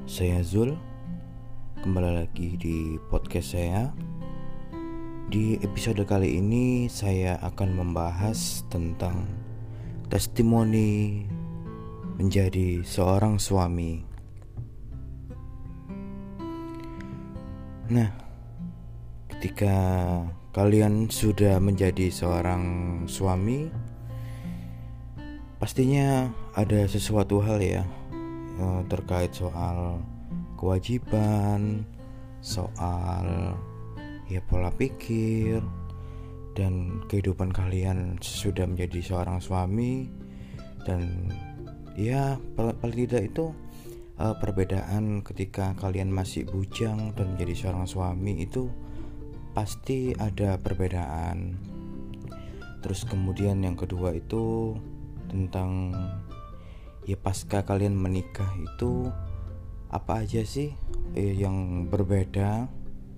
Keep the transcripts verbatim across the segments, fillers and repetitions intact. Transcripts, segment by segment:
Saya Zul, kembali lagi di podcast saya. Di episode kali ini saya akan membahas tentang testimoni menjadi seorang suami. Nah, ketika kalian sudah menjadi seorang suami, pastinya ada sesuatu hal ya terkait soal kewajiban, soal ya pola pikir dan kehidupan kalian sudah menjadi seorang suami. Dan ya paling tidak itu uh, perbedaan ketika kalian masih bujang dan menjadi seorang suami itu pasti ada perbedaan. Terus kemudian yang kedua itu tentang ya pasca kalian menikah itu apa aja sih eh, yang berbeda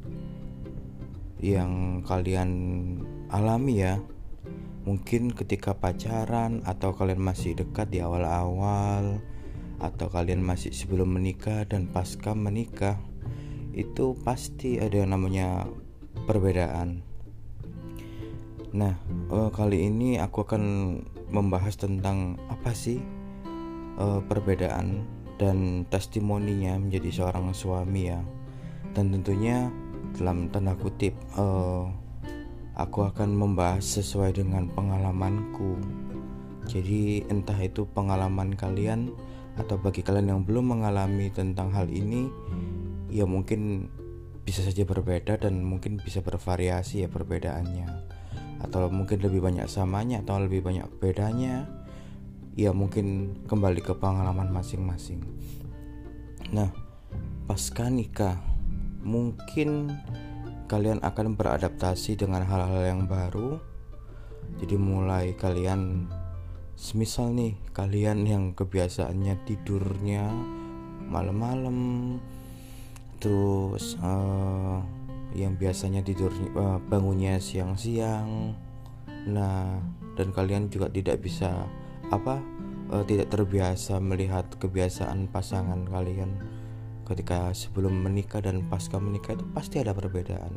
yang kalian alami ya. Mungkin ketika pacaran, atau kalian masih dekat di awal-awal, atau kalian masih sebelum menikah dan pasca menikah, itu pasti ada yang namanya perbedaan. Nah, eh, kali ini aku akan membahas tentang apa sih uh, perbedaan dan testimoninya menjadi seorang suami ya. Dan tentunya dalam tanda kutip uh, aku akan membahas sesuai dengan pengalamanku. Jadi entah itu pengalaman kalian atau bagi kalian yang belum mengalami tentang hal ini, ya mungkin bisa saja berbeda dan mungkin bisa bervariasi ya perbedaannya, atau mungkin lebih banyak samanya atau lebih banyak bedanya. Ya mungkin kembali ke pengalaman masing-masing. Nah, pasca nikah mungkin kalian akan beradaptasi dengan hal-hal yang baru. Jadi mulai kalian, semisal nih kalian yang kebiasaannya tidurnya malam-malam, terus uh, yang biasanya tidur uh, bangunnya siang-siang. Nah, dan kalian juga tidak bisa apa uh, tidak terbiasa melihat kebiasaan pasangan kalian ketika sebelum menikah dan pasca menikah, itu pasti ada perbedaan.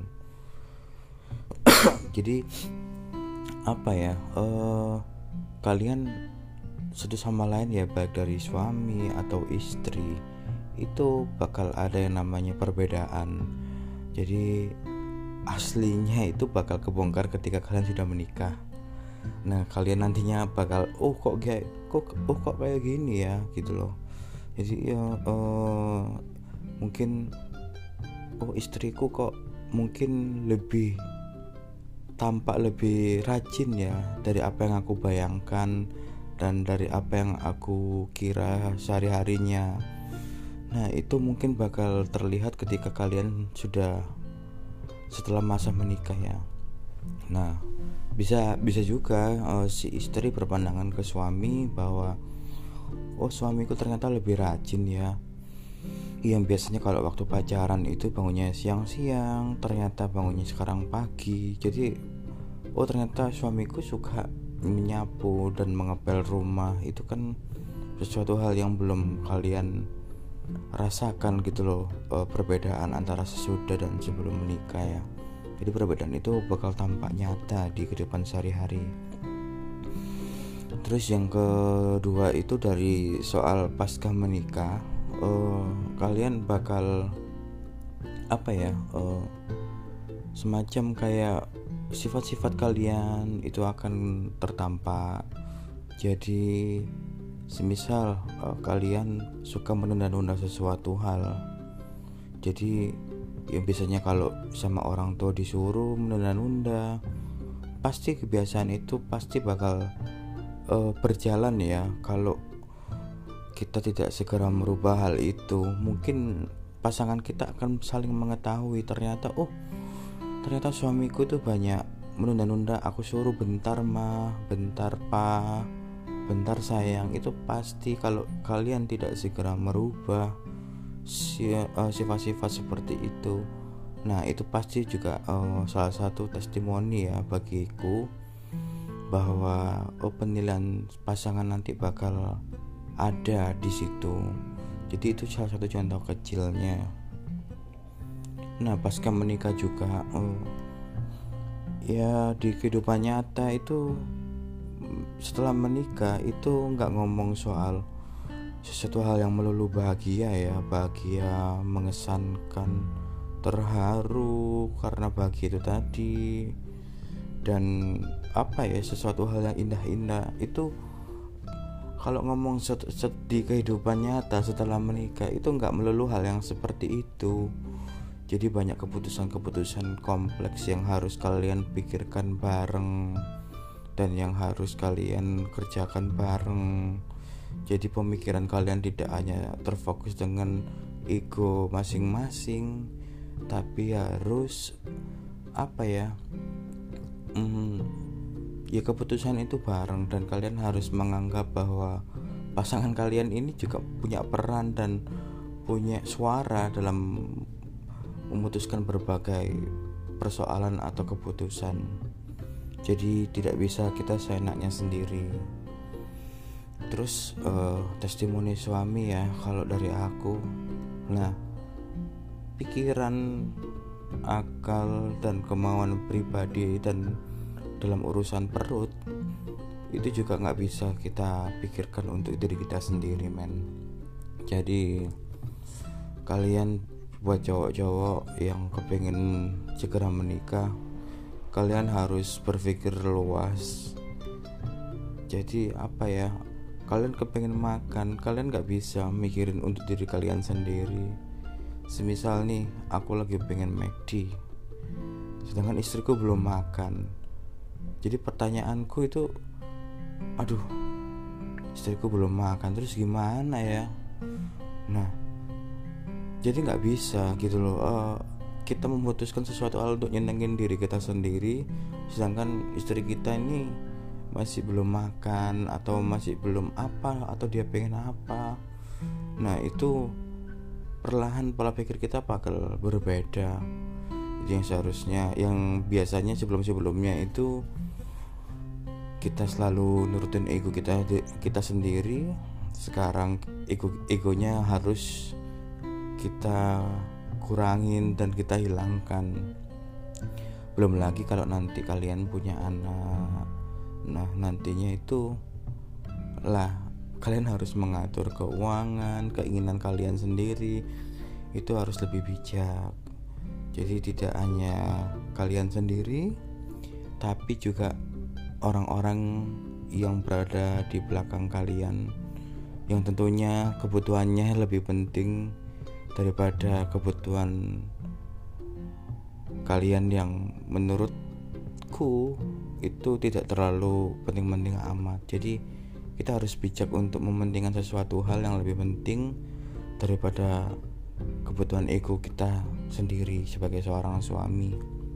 Jadi apa ya uh, kalian satu sama lain ya, baik dari suami atau istri, itu bakal ada yang namanya perbedaan. Jadi aslinya itu bakal kebongkar ketika kalian sudah menikah. Nah, kalian nantinya bakal oh kok kayak kok oh kok kayak gini ya gitu loh. Jadi ya uh, mungkin oh istriku kok mungkin lebih tampak lebih rajin ya dari apa yang aku bayangkan dan dari apa yang aku kira sehari-harinya. Nah, itu mungkin bakal terlihat ketika kalian sudah setelah masa menikah ya. Nah, bisa bisa juga uh, si istri berpandangan ke suami bahwa oh suamiku ternyata lebih rajin ya. Yang biasanya kalau waktu pacaran itu bangunnya siang-siang, ternyata bangunnya sekarang pagi. Jadi oh ternyata suamiku suka menyapu dan mengepel rumah. Itu kan sesuatu hal yang belum kalian rasakan gitu loh, uh, perbedaan antara sesudah dan sebelum menikah ya. Jadi perbedaan itu bakal tampak nyata di kehidupan sehari-hari. Terus yang kedua itu dari soal pasca menikah, uh, kalian bakal apa ya uh, semacam kayak sifat-sifat kalian itu akan tertampak. Jadi semisal uh, kalian suka menunda-nunda sesuatu hal. Jadi ya biasanya kalau sama orang tua disuruh menunda-nunda, pasti kebiasaan itu pasti bakal uh, berjalan ya. Kalau kita tidak segera merubah hal itu, mungkin pasangan kita akan saling mengetahui ternyata oh ternyata suamiku tuh banyak menunda-nunda, aku suruh bentar mah, bentar pa, bentar sayang. Itu pasti kalau kalian tidak segera merubah sifat-sifat seperti itu, nah itu pasti juga uh, salah satu testimoni ya bagiku bahwa oh penilaian pasangan nanti bakal ada di situ. Jadi itu salah satu contoh kecilnya. Nah pasca menikah juga, oh, ya di kehidupan nyata itu setelah menikah itu nggak ngomong soal sesuatu hal yang melulu bahagia ya, bahagia mengesankan, terharu karena bahagia itu tadi, dan apa ya, sesuatu hal yang indah-indah itu. Kalau ngomong di kehidupan nyata setelah menikah itu nggak melulu hal yang seperti itu. Jadi banyak keputusan-keputusan kompleks yang harus kalian pikirkan bareng dan yang harus kalian kerjakan bareng. Jadi pemikiran kalian tidak hanya terfokus dengan ego masing-masing, tapi harus apa ya, hmm, ya keputusan itu bareng, dan kalian harus menganggap bahwa pasangan kalian ini juga punya peran dan punya suara dalam memutuskan berbagai persoalan atau keputusan. Jadi tidak bisa kita seenaknya sendiri. Terus uh, testimoni suami ya, kalau dari aku, nah pikiran, akal dan kemauan pribadi dan dalam urusan perut itu juga nggak bisa kita pikirkan untuk diri kita sendiri, men. Jadi kalian buat cowok-cowok yang kepengen segera menikah, kalian harus berpikir luas. Jadi apa ya, kalian kepengen makan, kalian gak bisa mikirin untuk diri kalian sendiri. Semisal nih, aku lagi pengen McD, sedangkan istriku belum makan. Jadi pertanyaanku itu, aduh, istriku belum makan, terus gimana ya? Nah, jadi gak bisa gitu loh, uh, kita memutuskan sesuatu hal untuk nyenengin diri kita sendiri, sedangkan istri kita ini masih belum makan atau masih belum apa, atau dia pengen apa. Nah itu perlahan pola pikir kita bakal berbeda. Jadi yang seharusnya, yang biasanya sebelum-sebelumnya itu kita selalu nurutin ego kita kita sendiri, sekarang ego egonya harus kita kurangin dan kita hilangkan. Belum lagi kalau nanti kalian punya anak, nah nantinya itu lah kalian harus mengatur keuangan, keinginan kalian sendiri itu harus lebih bijak. Jadi tidak hanya kalian sendiri, tapi juga orang-orang yang berada di belakang kalian, yang tentunya kebutuhannya lebih penting daripada kebutuhan kalian yang menurutku itu tidak terlalu penting-penting amat. Jadi kita harus bijak untuk mementingkan sesuatu hal yang lebih penting daripada kebutuhan ego kita sendiri sebagai seorang suami.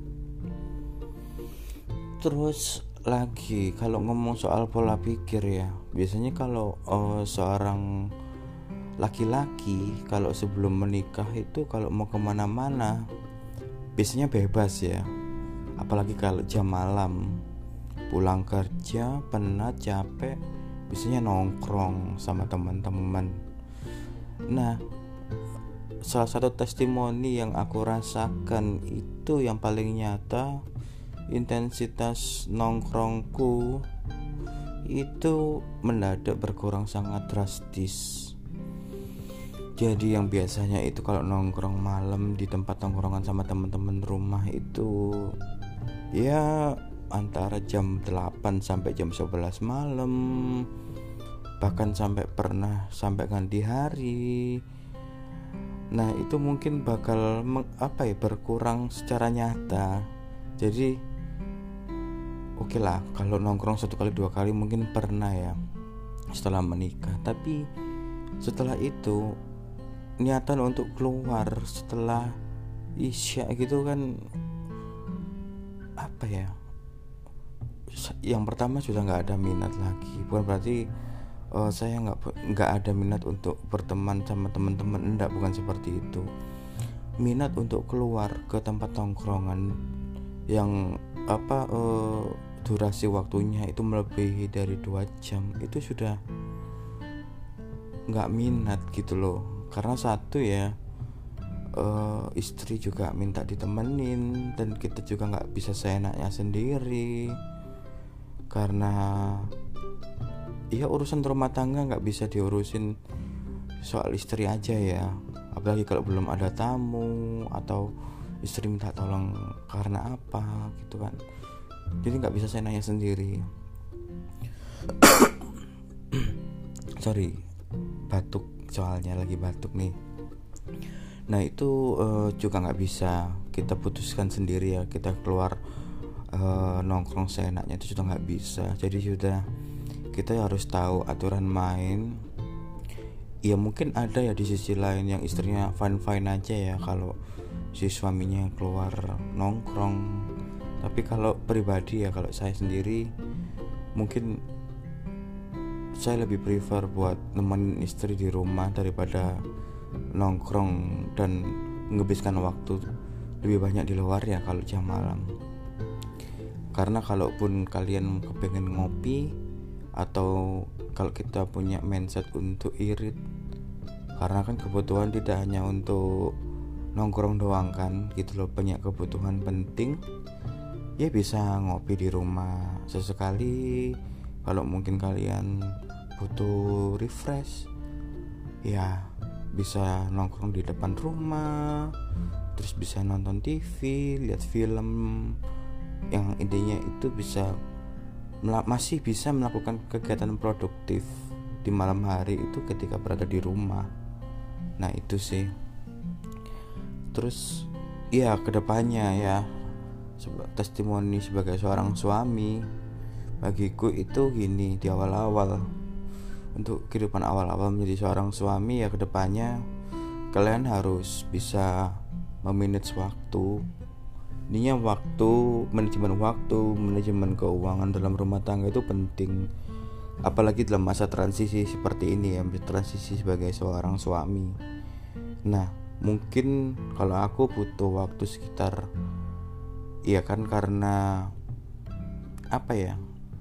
Terus lagi kalau ngomong soal pola pikir ya, biasanya kalau uh, seorang laki-laki kalau sebelum menikah itu kalau mau kemana-mana biasanya bebas ya, apalagi kalau jam malam, pulang kerja penat capek, biasanya nongkrong sama teman-teman. Nah salah satu testimoni yang aku rasakan itu yang paling nyata, intensitas nongkrongku itu mendadak berkurang sangat drastis. Jadi yang biasanya itu kalau nongkrong malam di tempat nongkrongan sama teman-teman rumah itu ya antara jam delapan sampai jam sebelas malam, bahkan sampai pernah sampai ganti hari. Nah itu mungkin bakal meng, apa ya berkurang secara nyata. Jadi oke okay lah kalau nongkrong satu kali dua kali mungkin pernah ya setelah menikah, tapi setelah itu niatan untuk keluar setelah isya gitu kan, apa ya, yang pertama sudah nggak ada minat lagi. Bukan berarti uh, saya nggak nggak ada minat untuk berteman sama teman-teman, enggak, bukan seperti itu. Minat untuk keluar ke tempat tongkrongan yang apa uh, durasi waktunya itu melebihi dari dua jam itu sudah nggak minat gitu loh. Karena satu ya, uh, istri juga minta ditemenin, dan kita juga nggak bisa seenaknya sendiri. Karena ya urusan rumah tangga nggak bisa diurusin soal istri aja ya, apalagi kalau belum ada tamu atau istri minta tolong karena apa gitu kan. Jadi nggak bisa seenaknya sendiri. Sorry, batuk, soalnya lagi batuk nih. Nah itu uh, juga nggak bisa kita putuskan sendiri ya, kita keluar uh, nongkrong seenaknya itu sudah nggak bisa. Jadi sudah, kita harus tahu aturan main. Ya mungkin ada ya di sisi lain yang istrinya fine-fine aja ya kalau si suaminya keluar nongkrong. Tapi kalau pribadi ya, kalau saya sendiri mungkin saya lebih prefer buat nemenin istri di rumah daripada nongkrong dan menghabiskan waktu lebih banyak di luar ya kalau jam malam. Karena kalaupun kalian kepengen ngopi, atau kalau kita punya mindset untuk irit, karena kan kebutuhan tidak hanya untuk nongkrong doang kan gitu loh, banyak kebutuhan penting. Ya bisa ngopi di rumah sesekali. Kalau mungkin kalian butuh refresh, ya bisa nongkrong di depan rumah, terus bisa nonton T V, lihat film, yang intinya itu bisa masih bisa melakukan kegiatan produktif di malam hari itu ketika berada di rumah. Nah itu sih. Terus ya kedepannya ya, testimoni sebagai seorang suami bagiku itu gini, di awal-awal, untuk kehidupan awal-awal menjadi seorang suami ya, kedepannya kalian harus bisa memanage waktu. Ininya waktu, manajemen waktu, manajemen keuangan dalam rumah tangga itu penting. Apalagi dalam masa transisi seperti ini ya, transisi sebagai seorang suami. Nah mungkin kalau aku butuh waktu sekitar, iya kan, karena apa ya,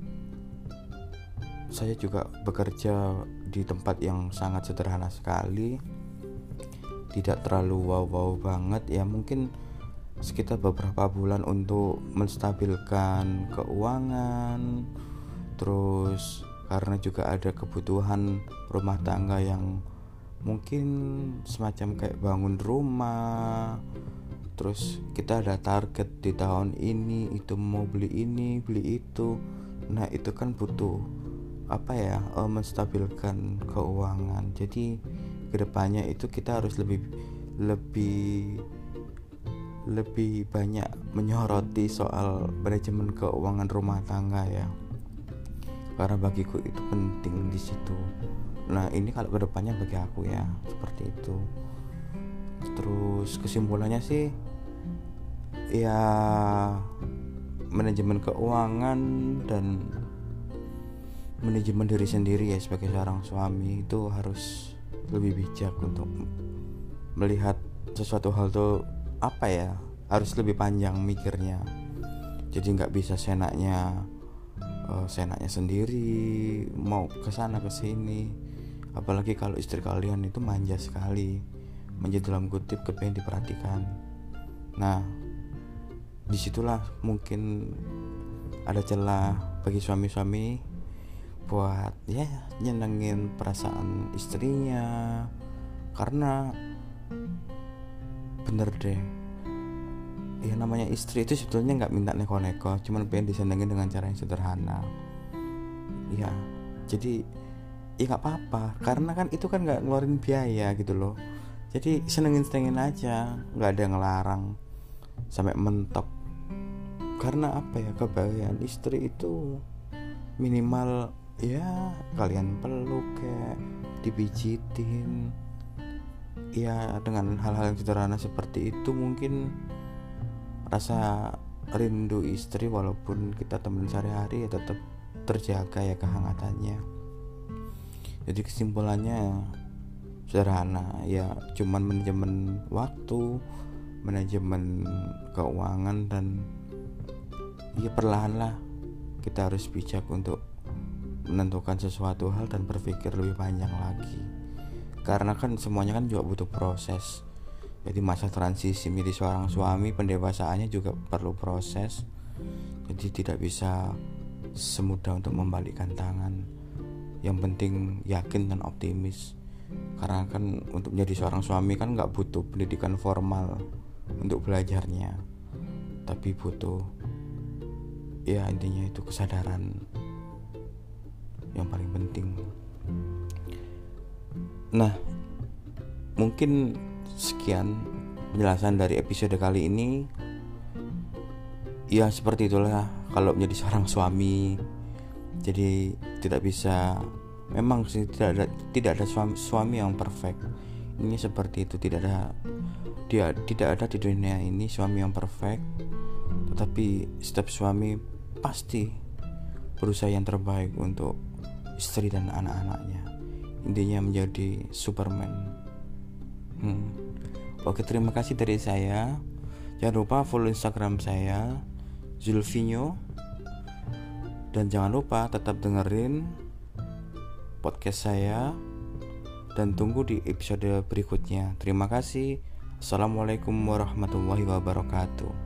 saya juga bekerja di tempat yang sangat sederhana sekali, tidak terlalu wow-wow banget ya, mungkin sekitar beberapa bulan untuk menstabilkan keuangan. Terus karena juga ada kebutuhan rumah tangga yang mungkin semacam kayak bangun rumah, terus kita ada target di tahun ini itu mau beli ini beli itu. Nah itu kan butuh apa ya, uh, menstabilkan keuangan. Jadi kedepannya itu kita harus lebih lebih lebih banyak menyoroti soal manajemen keuangan rumah tangga ya, karena bagiku itu penting di situ. Nah ini kalau kedepannya bagi aku ya seperti itu. Terus kesimpulannya sih ya, manajemen keuangan dan manajemen diri sendiri ya sebagai seorang suami itu harus lebih bijak untuk melihat sesuatu hal tuh apa ya, harus lebih panjang mikirnya. Jadi nggak bisa senaknya uh, senaknya sendiri mau kesana kesini. Apalagi kalau istri kalian itu manja sekali, manja dalam kutip, kepengen diperhatikan. Nah disitulah mungkin ada celah bagi suami-suami buat ya nyenengin perasaan istrinya. Karena bener deh ya, namanya istri itu sebetulnya nggak minta neko-neko, cuman pengen disenengin dengan cara yang sederhana ya. Jadi ya nggak apa-apa, karena kan itu kan nggak ngeluarin biaya gitu loh. Jadi senengin-senengin aja, nggak ada yang ngelarang sampai mentok. Karena apa ya, kebahagiaan istri itu minimal ya kalian peluk, kayak dipijitin ya. Dengan hal-hal yang sederhana seperti itu mungkin rasa rindu istri walaupun kita temen sehari-hari ya tetap terjaga ya kehangatannya. Jadi kesimpulannya sederhana ya, cuman manajemen waktu, manajemen keuangan, dan ya perlahan lah kita harus bijak untuk menentukan sesuatu hal dan berpikir lebih panjang lagi. karena kan semuanya kan juga butuh proses. Jadi masa transisi menjadi seorang suami, pendewasaannya juga perlu proses. Jadi tidak bisa semudah untuk membalikkan tangan. Yang penting yakin dan optimis. Karena kan untuk menjadi seorang suami kan gak butuh pendidikan formal untuk belajarnya, tapi butuh, ya intinya itu kesadaran yang paling penting. Nah, mungkin sekian penjelasan dari episode kali ini. Ya seperti itulah kalau menjadi seorang suami. Jadi tidak bisa, memang sih tidak ada tidak ada suami, suami yang perfect. Ini seperti itu, tidak ada dia tidak ada di dunia ini suami yang perfect. Tetapi setiap suami pasti berusaha yang terbaik untuk istri dan anak-anaknya. Intinya menjadi Superman. Hmm. Oke, terima kasih dari saya. Jangan lupa follow Instagram saya, Zulfinho. Dan jangan lupa tetap dengerin podcast saya. Dan tunggu di episode berikutnya. Terima kasih. Assalamualaikum warahmatullahi wabarakatuh.